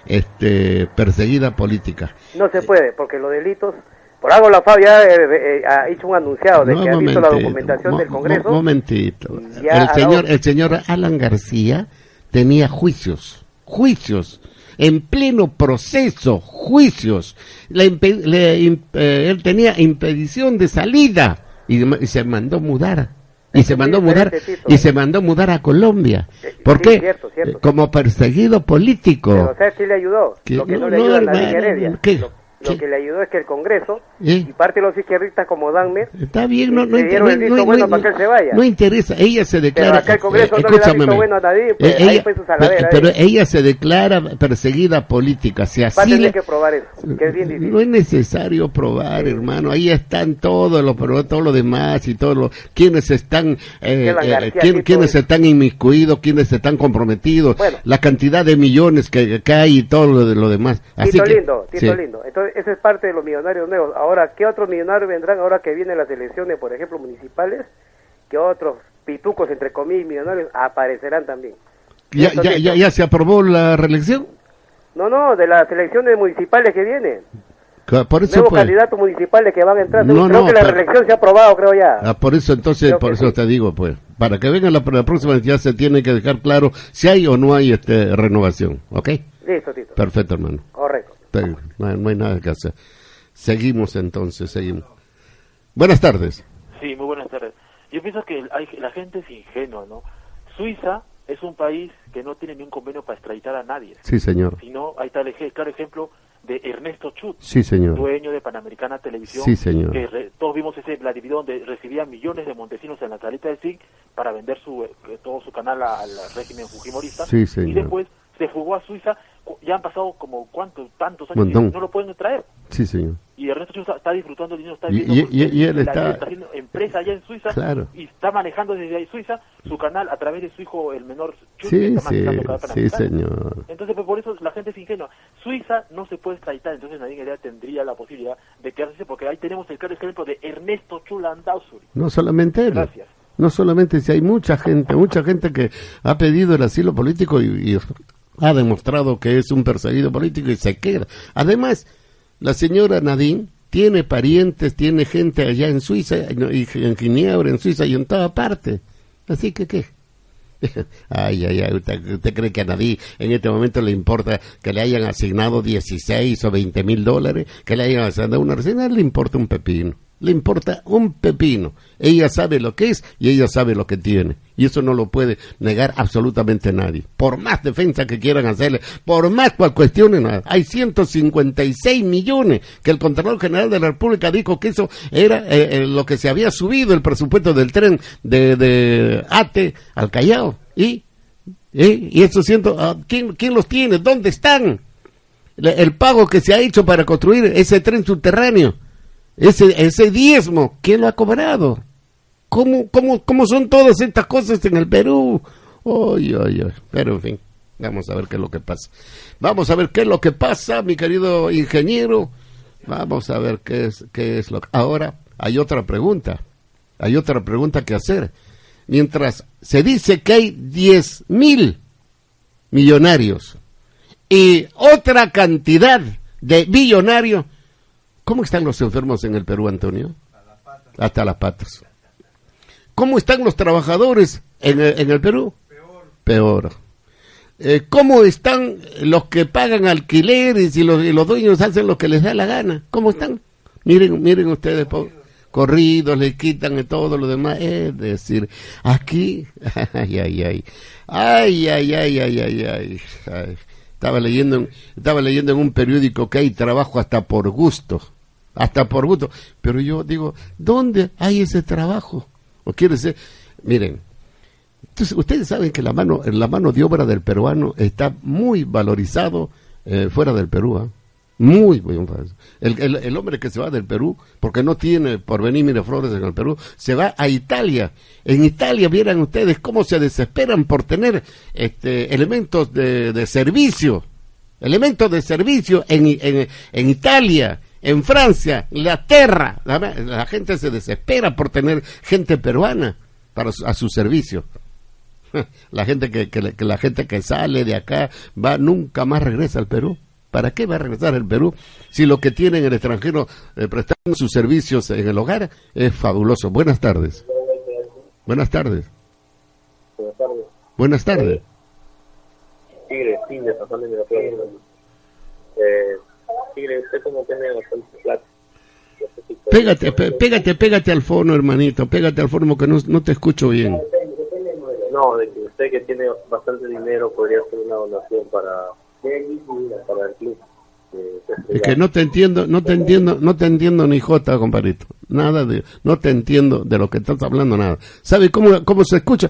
este, perseguida política. No se puede, porque los delitos... Por algo la FAO ya eh, eh, ha hecho un anunciado de No, que ha visto la momentito, documentación mo- del Congreso. mo- momentito. y ya El ha señor, dado- el señor Alan García tenía juicios, juicios, en pleno proceso, juicios. Le impe- le imp- eh, él tenía impedición de salida y, y se mandó mudar. Y se Es mandó muy mudar diferente, Tito. y se mandó mudar a Colombia. Eh, ¿Por sí, qué? cierto, cierto. Eh, Como perseguido político. Pero ¿sabes qué le ayudó? ¿Qué? Lo que no, No, le no, ayuda a la hermano, Heredia. ¿qué? Lo, lo ¿Qué? que le ayudó es que el Congreso ¿Eh? y parte de los izquierdistas como Danmer Está bien, no, no, le inter- dieron el no- visto no- bueno no- para que él se vaya. no interesa, ella se Pero declara. acá el Congreso eh, no le da escúchame, visto bueno a nadie, pues eh, ahí ella- fue su saladera. pero eh. ella se declara perseguida política, si Va a así tener le- que probar eso, que es bien difícil. no es necesario probar, hermano, ahí están todos los, pero todo lo demás y todos los, quienes están, eh, Esteban eh, García, quién- Tito, quienes es- están inmiscuidos, quienes están comprometidos, Bueno. la cantidad de millones que, que hay y todo lo, de, lo demás. Así Tito que, lindo, Tito sí. lindo. Entonces, eso es parte de los millonarios nuevos. Ahora, ¿qué otros millonarios vendrán ahora que vienen las elecciones, por ejemplo, municipales? ¿Qué otros pitucos, entre comillas, millonarios aparecerán también? ¿Ya, Eso, ya, Tito. ya, ya se aprobó la reelección? No, no, de las elecciones municipales que vienen. Que Por eso Nuevos pues, candidatos municipales que van a entrar. No, creo no, que la pero- reelección se ha aprobado, creo ya. Ah, por eso entonces, Creo por que eso sí. te digo, pues, para que venga la, la próxima ya se tiene que dejar claro si hay o no hay este renovación, ¿ok? Listo, Tito. Perfecto, hermano. Correcto. Te- No hay, no hay nada que hacer. Seguimos entonces, seguimos. Buenas tardes. Sí, muy buenas tardes. Yo pienso que hay, la gente es ingenua, ¿no? Suiza es un país que no tiene ni un convenio para extraditar a nadie. Sí, señor. Sino, ahí está el ej- claro ejemplo de Ernesto Chut, Sí, señor. dueño de Panamericana Televisión. Sí, señor. Que re- todos vimos ese Vladivir donde recibía millones de montesinos en la salita del S I C para vender su eh, todo su canal al régimen fujimorista. Sí, señor. Y después se fugó a Suiza. Cu- Ya han pasado como cuántos, tantos años Montón. y no lo pueden traer. Sí, señor. Y Ernesto Chut está, está disfrutando el dinero, está Y- viviendo y- porque y él la- está- haciendo empresa allá en Suiza Claro. y está manejando desde ahí Suiza su canal a través de su hijo, el menor Chut, que Sí, está sí, manejando cada sí, Panamericana. señor. Entonces, pues, por eso la gente es ingenua. Suiza no se puede extraditar, entonces Nadine Heredia tendría la posibilidad de quedarse, porque ahí tenemos el claro ejemplo de Ernesto Chulandausuri. No solamente él. Gracias. No solamente si hay mucha gente, mucha gente que ha pedido el asilo político y, y Ha demostrado que es un perseguido político y se queda. Además, la señora Nadine tiene parientes, tiene gente allá en Suiza, y en Ginebra, en Suiza y en toda parte. Así que, ¿qué? Ay, ay, ay, ¿usted, usted cree que a nadie en este momento le importa que le hayan asignado dieciséis o veinte mil dólares? Que le hayan asignado una residencia, le importa un pepino. Le importa un pepino. Ella sabe lo que es y ella sabe lo que tiene. Y eso no lo puede negar absolutamente nadie. Por más defensa que quieran hacerle, por más cual cuestionen, hay ciento cincuenta y seis millones que el Contralor General de la República dijo que eso era eh, eh, lo que se había subido el presupuesto del tren de, de Ate al Callao. Y, eh, y esos ciento, uh, ¿quién, ¿quién los tiene? ¿Dónde están? El, el pago que se ha hecho para construir ese tren subterráneo. Ese, ese diezmo, ¿quién lo ha cobrado? ¿Cómo, cómo, cómo son todas estas cosas en el Perú? Oy, oy, oy. Pero en fin, vamos a ver qué es lo que pasa. Vamos a ver qué es lo que pasa, mi querido ingeniero. Vamos a ver qué es, qué es lo que... Ahora, hay otra pregunta. Hay otra pregunta que hacer. Mientras se dice que hay diez mil millonarios y otra cantidad de billonarios, ¿cómo están los enfermos en el Perú, Antonio? Hasta las patas. ¿Cómo están los trabajadores en el, en el Perú? Peor. Peor. Eh, ¿Cómo están los que pagan alquileres y los, y los dueños hacen lo que les da la gana? ¿Cómo están? Miren, miren ustedes, po, corridos, les quitan todo lo demás. Es decir, aquí, ay, ay, ay, ay, ay, ay, ay, ay, ay, ay. Estaba leyendo, en, estaba leyendo en un periódico que hay trabajo hasta por gusto. Hasta por gusto, pero yo digo, ¿dónde hay ese trabajo? ¿O quiere decir? Miren, entonces, ustedes saben que la mano, la mano de obra del peruano está muy valorizado eh, fuera del Perú, ¿eh? Muy, muy el, el, el hombre que se va del Perú, porque no tiene porvenir Miraflores en el Perú, se va a Italia. En Italia, vieran ustedes cómo se desesperan por tener este elementos de, de servicio, elementos de servicio en, en, en Italia. En Francia, Inglaterra, la, la gente se desespera por tener gente peruana para a su servicio. La gente que, que, que la gente que sale de acá va nunca más regresa al Perú. ¿Para qué va a regresar al Perú si lo que tiene en el extranjero eh, prestando sus servicios en el hogar es fabuloso? Buenas tardes. Buenas tardes. Buenas tardes. Buenas tardes. Tigre, Tigre, pasando de la playa. Eh, Tigre, usted como tiene bastante plata. Pégate, pe, pégate, pégate al fono, hermanito, pégate al fono que no, no te escucho bien. No, de que usted que tiene bastante dinero podría hacer una donación para, para el club. Es que no te entiendo, no te entiendo, no te entiendo ni jota, compadrito. Nada de, no te entiendo de lo que estás hablando, nada. ¿Sabe cómo, cómo se escucha?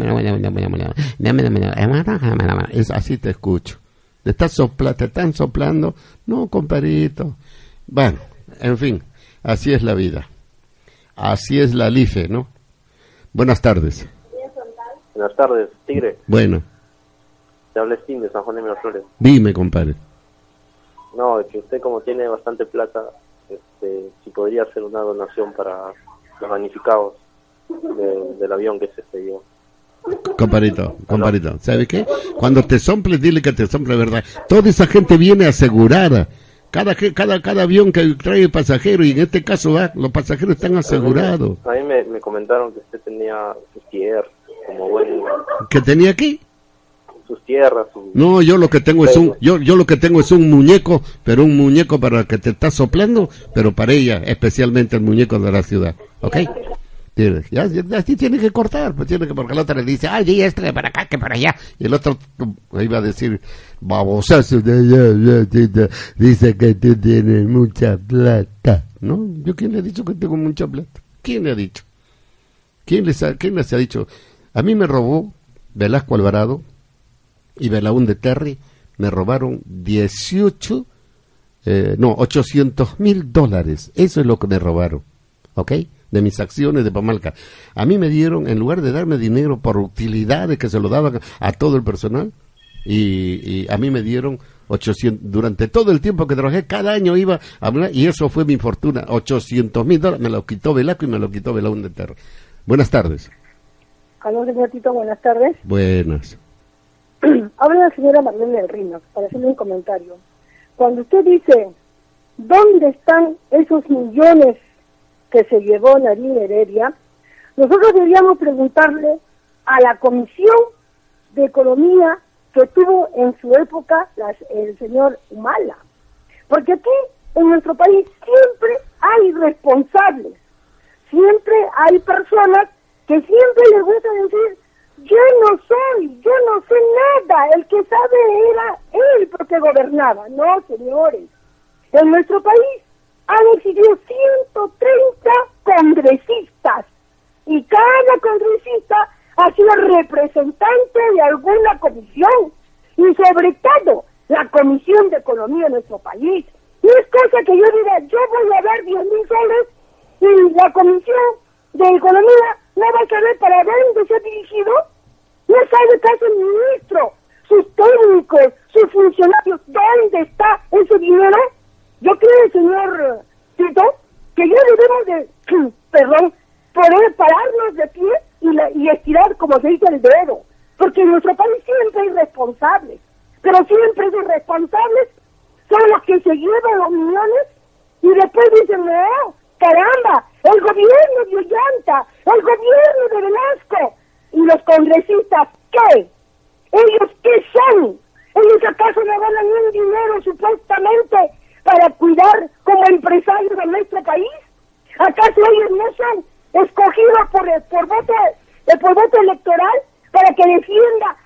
Es así te escucho. Te estás sopla, te están soplando. No, compadrito. Bueno, en fin, así es la vida. Así es la L I F E, ¿no? Buenas tardes. Buenas tardes, Tigre. Bueno. Te habla Steam de San Juan de Miraflores. Dime, compadre. No, es que usted como tiene bastante plata, este, si podría hacer una donación para los damnificados de, del avión que se estrelló. Compadrito, compadrito, ¿sabes qué? Cuando te somples, dile que te somple, ¿verdad? Toda esa gente viene asegurada. Cada cada cada avión que trae pasajeros, y en este caso ¿va? Los pasajeros están asegurados. A mí me, me comentaron que usted tenía sus tierras, como buen... ¿Que tenía aquí? Sus tierras. Su... No, yo lo que tengo es un, yo yo lo que tengo es un muñeco, pero un muñeco para que te está soplando, pero para ella, especialmente el muñeco de la ciudad, ¿ok? Ya, ya, así tiene que cortar, pues tiene que, porque el otro le dice, ay, ella es para acá, que para allá, y el otro iba a decir, babosazo de allá, dice que tú tienes mucha plata, ¿no? ¿Yo quién le ha dicho que tengo mucha plata? ¿Quién le ha dicho? ¿Quién les ha, quién les ha dicho? A mí me robó Velasco Alvarado y Belaúnde Terry, me robaron dieciocho, eh, no, ochocientos mil dólares, eso es lo que me robaron, ¿ok? De mis acciones de Pamalca. A mí me dieron, en lugar de darme dinero por utilidades que se lo daban a todo el personal, y, y a mí me dieron ochocientos, durante todo el tiempo que trabajé, cada año iba a hablar, y eso fue mi fortuna, ochocientos mil dólares, me lo quitó Velasco y me lo quitó Belaúnde Terry. Buenas tardes. Aló, señor Tito, buenas tardes. Buenas. Habla la señora Marlene del Rino, para hacerle un comentario. Cuando usted dice, ¿dónde están esos millones que se llevó Nadine Heredia? Nosotros deberíamos preguntarle a la Comisión de Economía que tuvo en su época las, el señor Humala. Porque aquí, en nuestro país, siempre hay responsables. Siempre hay personas que siempre les gusta decir, yo no soy, yo no sé nada, el que sabe era él porque gobernaba. No, señores, en nuestro país han existido ciento treinta congresistas y cada congresista ha sido representante de alguna comisión y sobre todo la Comisión de Economía de nuestro país. No es cosa que yo diga, yo voy a dar diez mil soles y la Comisión de Economía no va a saber para dónde se ha dirigido. No sabe qué hace el ministro, sus técnicos, sus funcionarios, ¿dónde está ese dinero? Yo creo, señor Tito, que ya debemos de, perdón, poder pararnos de pie y, la, y estirar, como se dice, el dedo. Porque en nuestro país siempre hay responsables, pero siempre esos responsables son los que se llevan los millones y después dicen, no, caramba, el gobierno de Ollanta, el gobierno de Velasco. ¿Y los congresistas qué? ¿Ellos qué son? ¿Ellos acaso no ganan un dinero supuestamente para cuidar como empresarios de nuestro país? ¿Acaso ellos no son escogidos por, por, voto, por voto electoral para que defienda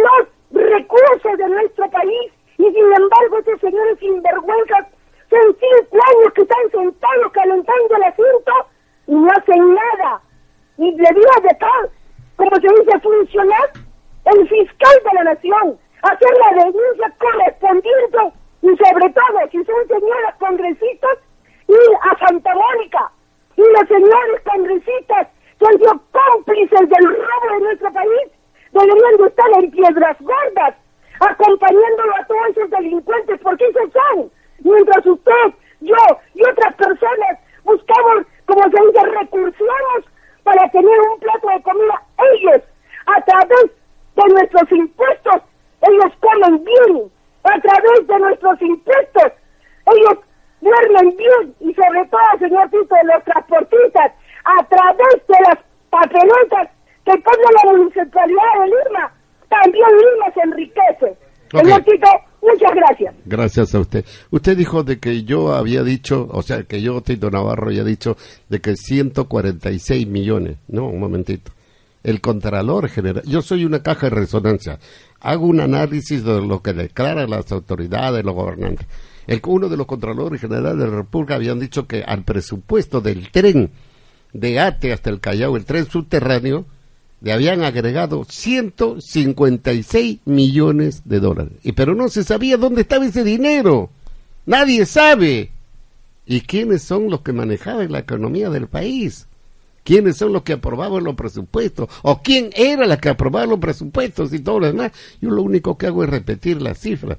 los recursos de nuestro país? Y sin embargo estos señores sinvergüenzas son cinco años que están sentados calentando el asiento y no hacen nada. Y debió de estar, como se dice, funcionar el fiscal de la nación, hacer la denuncia correspondiente y sobre todo, si son señoras congresistas, ir a Santa Mónica. Y los señores congresistas que han sido cómplices del robo de nuestro país deberían de estar en Piedras Gordas, acompañándolo a todos esos delincuentes, porque esos son. Mientras usted, yo y otras personas buscamos, como se dice, recursos para tener un plato de comida, ellos, a través de nuestros impuestos, ellos comen bien, a través de nuestros impuestos, ellos duermen bien, y sobre todo, señor Tito, de los transportistas, a través de las papeletas que pone la Municipalidad de Lima, también Lima se enriquece. Okay. Señor Tito, muchas gracias. Gracias a usted. Usted dijo de que yo había dicho, o sea, que yo, Tito Navarro, había dicho de que ciento cuarenta y seis millones. No, un momentito. El Contralor General, yo soy una caja de resonancia. Hago un análisis de lo que declaran las autoridades, los gobernantes. El, uno de los Contralores Generales de la República habían dicho que al presupuesto del tren de Ate hasta el Callao, el tren subterráneo, le habían agregado ciento cincuenta y seis millones de dólares. Y pero no se sabía dónde estaba ese dinero. Nadie sabe. ¿Y quiénes son los que manejaban la economía del país? ¿Quiénes son los que aprobaban los presupuestos? ¿O quién era la que aprobaba los presupuestos y todo lo demás? Yo lo único que hago es repetir las cifras.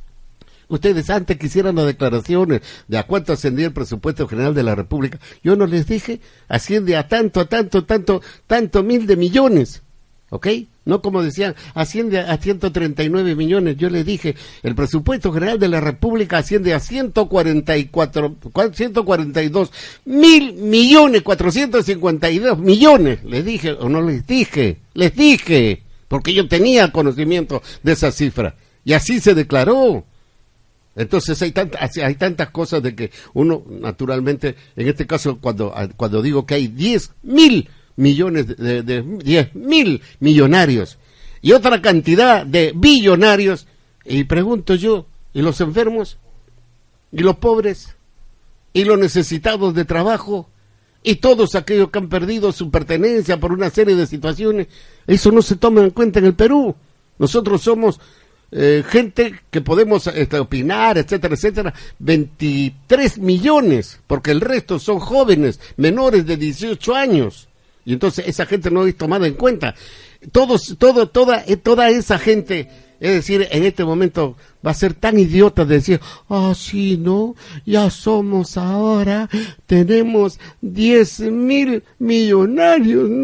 Ustedes antes que hicieran las declaraciones de a cuánto ascendía el presupuesto general de la República, yo no les dije, asciende a tanto, a tanto, tanto, tanto mil de millones, ¿ok? No como decían, asciende a ciento treinta y nueve millones, yo les dije, el presupuesto general de la República asciende a ciento cuarenta y cuatro, ciento cuarenta y dos mil millones, cuatrocientos cincuenta y dos millones, les dije, o no les dije, les dije, porque yo tenía conocimiento de esa cifra, y así se declaró. Entonces hay tantas, hay tantas cosas de que uno, naturalmente, en este caso, cuando, cuando digo que hay diez mil millones, de, de, diez mil millonarios, y otra cantidad de billonarios, y pregunto yo, ¿y los enfermos? ¿Y los pobres? ¿Y los necesitados de trabajo? ¿Y todos aquellos que han perdido su pertenencia por una serie de situaciones? Eso no se toma en cuenta en el Perú. Nosotros somos Eh, gente que podemos este, opinar, etcétera, etcétera, veintitrés millones, porque el resto son jóvenes, menores de dieciocho años, y entonces esa gente no es tomada en cuenta. Todos, todo, toda, toda esa gente, es decir, en este momento va a ser tan idiota de decir, ah, sí, ¿no? Ya somos ahora, tenemos diez mil millonarios, ¿no?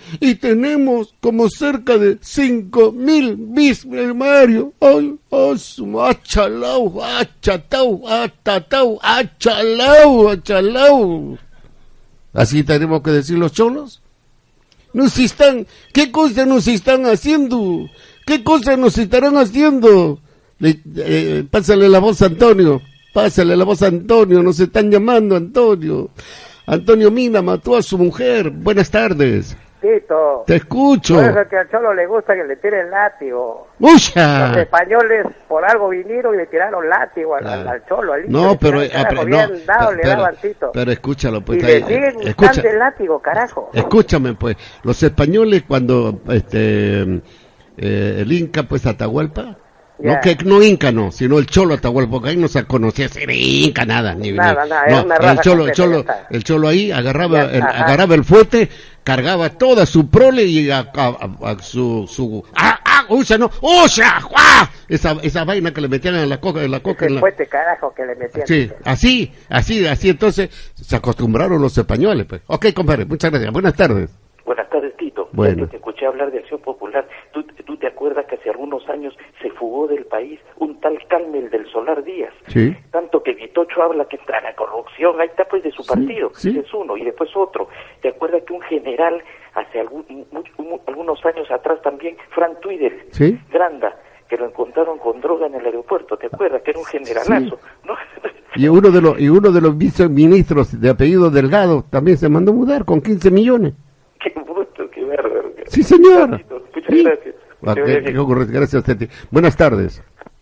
y tenemos como cerca de cinco mil bis, Mario. Ay, ay, su achalau, achatau, atatau, achalau, achalau. ¿Así tenemos que decir los cholos? Nos están, ¿qué cosas nos están haciendo? ¿Qué cosas nos estarán haciendo? Le, eh, pásale la voz a Antonio, pásale la voz a Antonio, nos están llamando Antonio. Antonio Mina mató a su mujer. Buenas tardes. Tito. Te escucho. Por eso que al Cholo le gusta que le tiren látigo. ¡Ucha! Los españoles por algo vinieron y le tiraron látigo al, al, al Cholo. Al no, pero, eh, carajo, no, bien dado, pero, le daban, Tito. Pero escúchalo, pues. Y ahí, le siguen escucha, buscando el látigo, carajo. Escúchame, pues. Los españoles cuando este eh, el Inca, pues, Atahualpa. Yeah. No que no Inca no, sino el Cholo Atahualpa, porque ahí no se conocía ser Inca, nada, ni nada, ni, nada, no, era una raza el Cholo, el Cholo, el Cholo ahí agarraba, yeah, el, agarraba el fuerte, cargaba toda su prole y a, a, a, a su su ah ah usa no, usa, ¡ah! esa esa vaina que le metían en la coca, en la coca, ese en la fuerte carajo que le metían. Sí, así, así, así, entonces se acostumbraron los españoles, pues. Okay, compadre, muchas gracias. Buenas tardes. Buenas tardes, Tito. Bueno. Te escuché hablar de Acción Popular. ¿Tú, ¿Tú te acuerdas que hace algunos años se fugó del país un tal Carmel del Solar Díaz? Sí. Tanto que Vitocho habla que entra la corrupción, ahí está pues de su partido, sí, sí. Es uno, y después otro. ¿Te acuerdas que un general hace algún, mucho, algunos años atrás también, Frank Twider, ¿sí? Granda, que lo encontraron con droga en el aeropuerto? ¿Te acuerdas? Que era un generalazo, sí. ¿No? Y uno de los y uno de los viceministros de apellido Delgado también se mandó mudar con quince millones. Qué bruto, qué bárbaro. Sí, señor. Muchas sí. gracias. Ah, qué, qué ocurre, gracias a usted. Buenas tardes.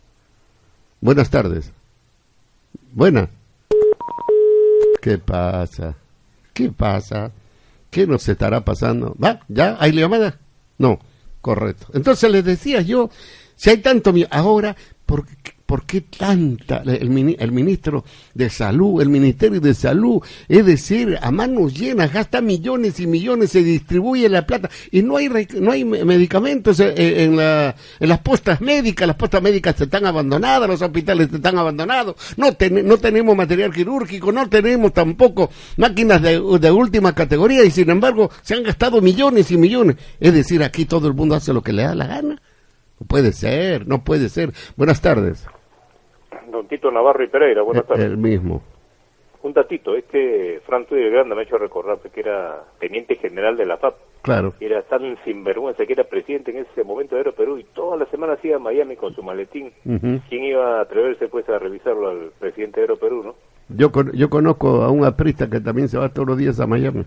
Buenas tardes. Buena. ¿Qué pasa? ¿Qué pasa? ¿Qué nos estará pasando? ¿Va? ¿Ya? ¿Hay llamada? No. Correcto. Entonces les decía yo, si hay tanto... Ahora, ¿por qué? ¿Por qué tanta, el, el ministro de Salud, el Ministerio de Salud, es decir, a manos llenas, gasta millones y millones, se distribuye la plata y no hay no hay medicamentos en, en, la, en las postas médicas, las postas médicas están abandonadas, los hospitales están abandonados, no, ten, no tenemos material quirúrgico, no tenemos tampoco máquinas de, de última categoría y sin embargo se han gastado millones y millones. Es decir, aquí todo el mundo hace lo que le da la gana. No puede ser, no puede ser. Buenas tardes. Don Tito Navarro y Pereira, buenas tardes. El mismo. Un datito, es que Frank Twider Granda me ha hecho recordar que era teniente general de la F A P. Claro. Y era tan sinvergüenza que era presidente en ese momento de Aeroperú y toda la semana se iba a Miami con su maletín. Uh-huh. ¿Quién iba a atreverse pues a revisarlo al presidente de Aeroperú, no? Yo, yo conozco a un aprista que también se va todos los días a Miami.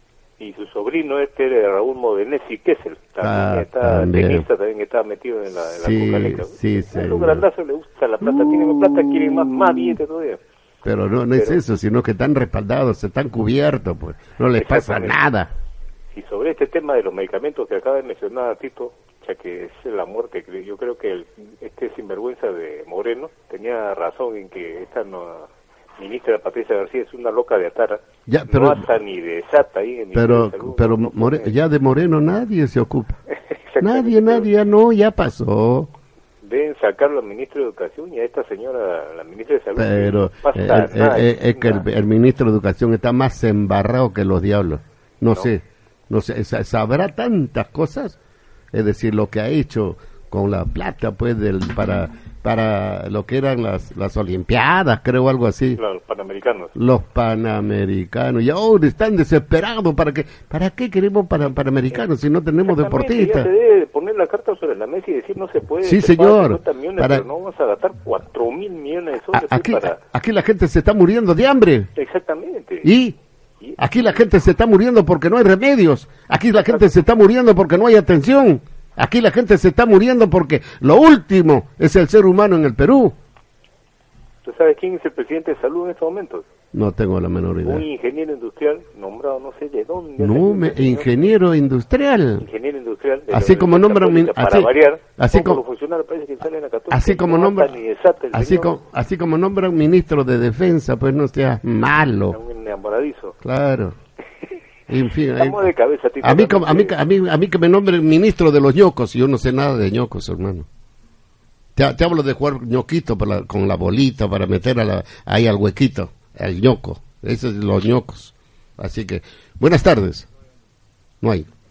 Y su sobrino este era Raúl Modenesi Kessel, también ah, está también. tenista, también está metido en la, en sí, la cocaleca. Sí, sí. A los grandazos le gusta la plata, uh. tienen plata, quieren más, más billete todavía. Pero no, no Pero, es eso, sino que están respaldados, están cubiertos, pues, no les pasa nada. Y sobre este tema de los medicamentos que acaba de mencionar Tito, ya que es la muerte, yo creo que el, este sinvergüenza de Moreno tenía razón en que esta no... ministra Patricia García es una loca de atara, ya, pero, no ata ni desata ahí en pero salud, pero no, More, ya de Moreno nadie se ocupa, nadie, nadie, ya no, ya pasó. Deben sacarlo al ministro de Educación y a esta señora, la ministra de Salud. Pero no pasa eh, nada, eh, eh, es que el, el ministro de Educación está más embarrado que los diablos, no, no. sé, no sé, sabrá tantas cosas, es decir, lo que ha hecho con la plata, pues, del para para lo que eran las las olimpiadas, creo, algo así. Claro, los panamericanos. Los panamericanos. Y ahora están desesperados. ¿Para qué, para qué queremos para, panamericanos si no tenemos deportistas? Ya se debe poner la carta sobre la mesa y decir no se puede. Sí, señor. Millones, para... Pero no vamos a gastar cuatro mil millones de soles. Aquí, para... aquí la gente se está muriendo de hambre. Exactamente. ¿Y? ¿Y? Aquí la gente se está muriendo porque no hay remedios. Aquí la gente se está muriendo porque no hay atención. Aquí la gente se está muriendo porque lo último es el ser humano en el Perú. ¿Tú sabes quién es el presidente de salud en estos momentos? No tengo la menor idea. Un ingeniero industrial nombrado no sé de dónde. No, me, ingeniero industrial. Ingeniero industrial. Así como nombra un para así, variar, así como que salen a catorce, así como nombra así señor. como así como nombra un ministro de defensa, pues no sea malo. Un enamoradizo. Claro. En fin, Estamos de cabeza, Tito, a mí, a mí, a mí, a mí que me nombren ministro de los ñocos, yo no sé nada de ñocos, hermano. Te, te hablo de jugar ñoquito para, con la bolita para meter a la, ahí al huequito, al ñoco, esos son los ñocos. Así que, buenas tardes. No hay.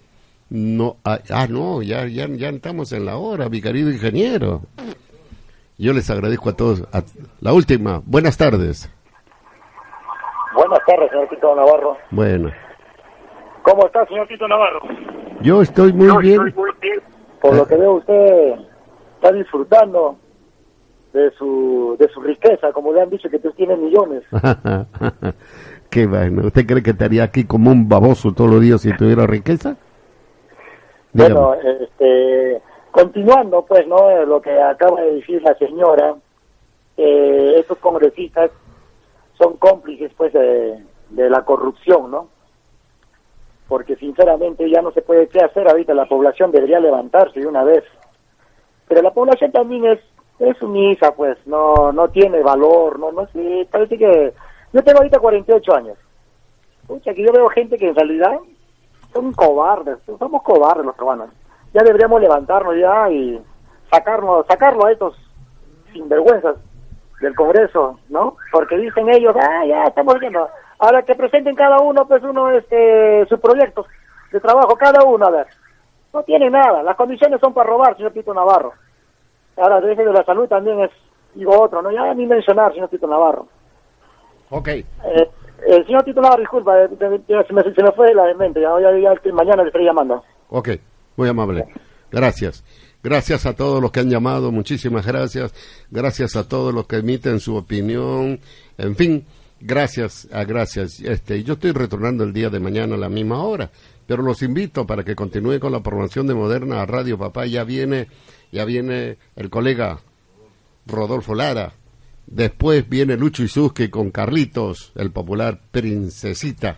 No, ah, ah, no, ya, ya, ya estamos en la hora, mi querido ingeniero. Yo les agradezco a todos. A, la última, buenas tardes. Buenas tardes, señor Tito Navarro. Bueno. ¿Cómo está, señor Tito Navarro? Yo estoy muy Yo bien. Estoy muy bien. Por lo que veo, usted está disfrutando de su de su riqueza, como le han dicho que usted tiene millones. Qué bueno. ¿Usted cree que estaría aquí como un baboso todos los días si tuviera riqueza? Dígame. Bueno, este, continuando, pues, ¿no? Lo que acaba de decir la señora, eh, estos congresistas son cómplices, pues, de, de la corrupción, ¿no? Porque, sinceramente, ya no se puede qué hacer ahorita. La población debería levantarse de una vez. Pero la población también es es sumisa, pues, no no tiene valor, no no sé, parece que... Yo tengo ahorita cuarenta y ocho años. Escucha, que yo veo gente que en realidad son cobardes, somos cobardes los peruanos. Ya deberíamos levantarnos ya y sacarnos, sacarlo a estos sinvergüenzas del Congreso, ¿no? Porque dicen ellos, ah, ya estamos viendo. Ahora que presenten cada uno, pues uno, este, sus proyectos de trabajo, cada uno, a ver. No tiene nada, las condiciones son para robar, señor Tito Navarro. Ahora, desde de la salud también es, digo otro, ¿no? Ya ni mencionar, señor Tito Navarro. Ok. Eh, el señor Tito Navarro, disculpa, eh, se, me, se me fue la de mente, ya, ya, ya, ya mañana le estaré llamando. Ok, muy amable. Gracias. Gracias a todos los que han llamado, muchísimas gracias. Gracias a todos los que emiten su opinión. En fin, gracias, a gracias. Este, yo estoy retornando el día de mañana a la misma hora, pero los invito para que continúen con la programación de Moderna Radio Papá. Ya viene, ya viene el colega Rodolfo Lara. Después viene Lucho Isuski con Carlitos, el popular Princesita.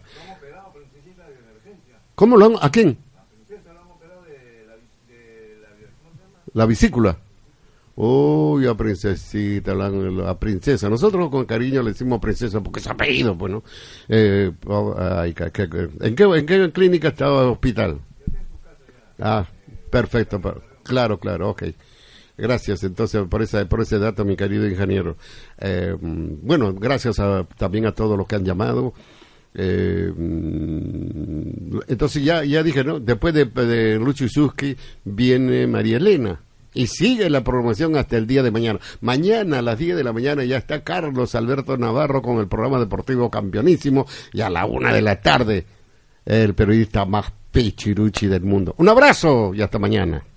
¿Cómo lo han, a quién? La vesícula. Uy, a Princesita, la, la princesa. Nosotros con cariño le decimos princesa porque es apellido, pues, ¿no? Eh, ay, que, que, ¿en, qué, ¿En qué clínica estaba el hospital? Ah, perfecto. Claro, claro, ok. Gracias, entonces, por esa, por ese dato, mi querido ingeniero. Eh, bueno, gracias a, también a todos los que han llamado. Eh, entonces ya ya dije, ¿no? Después de, de Lucho Isuski viene María Elena y sigue la programación hasta el día de mañana. Mañana a las diez de la mañana ya está Carlos Alberto Navarro con el programa deportivo Campeonísimo, y a la una de la tarde el periodista más pichiruchi del mundo. Un abrazo y hasta mañana.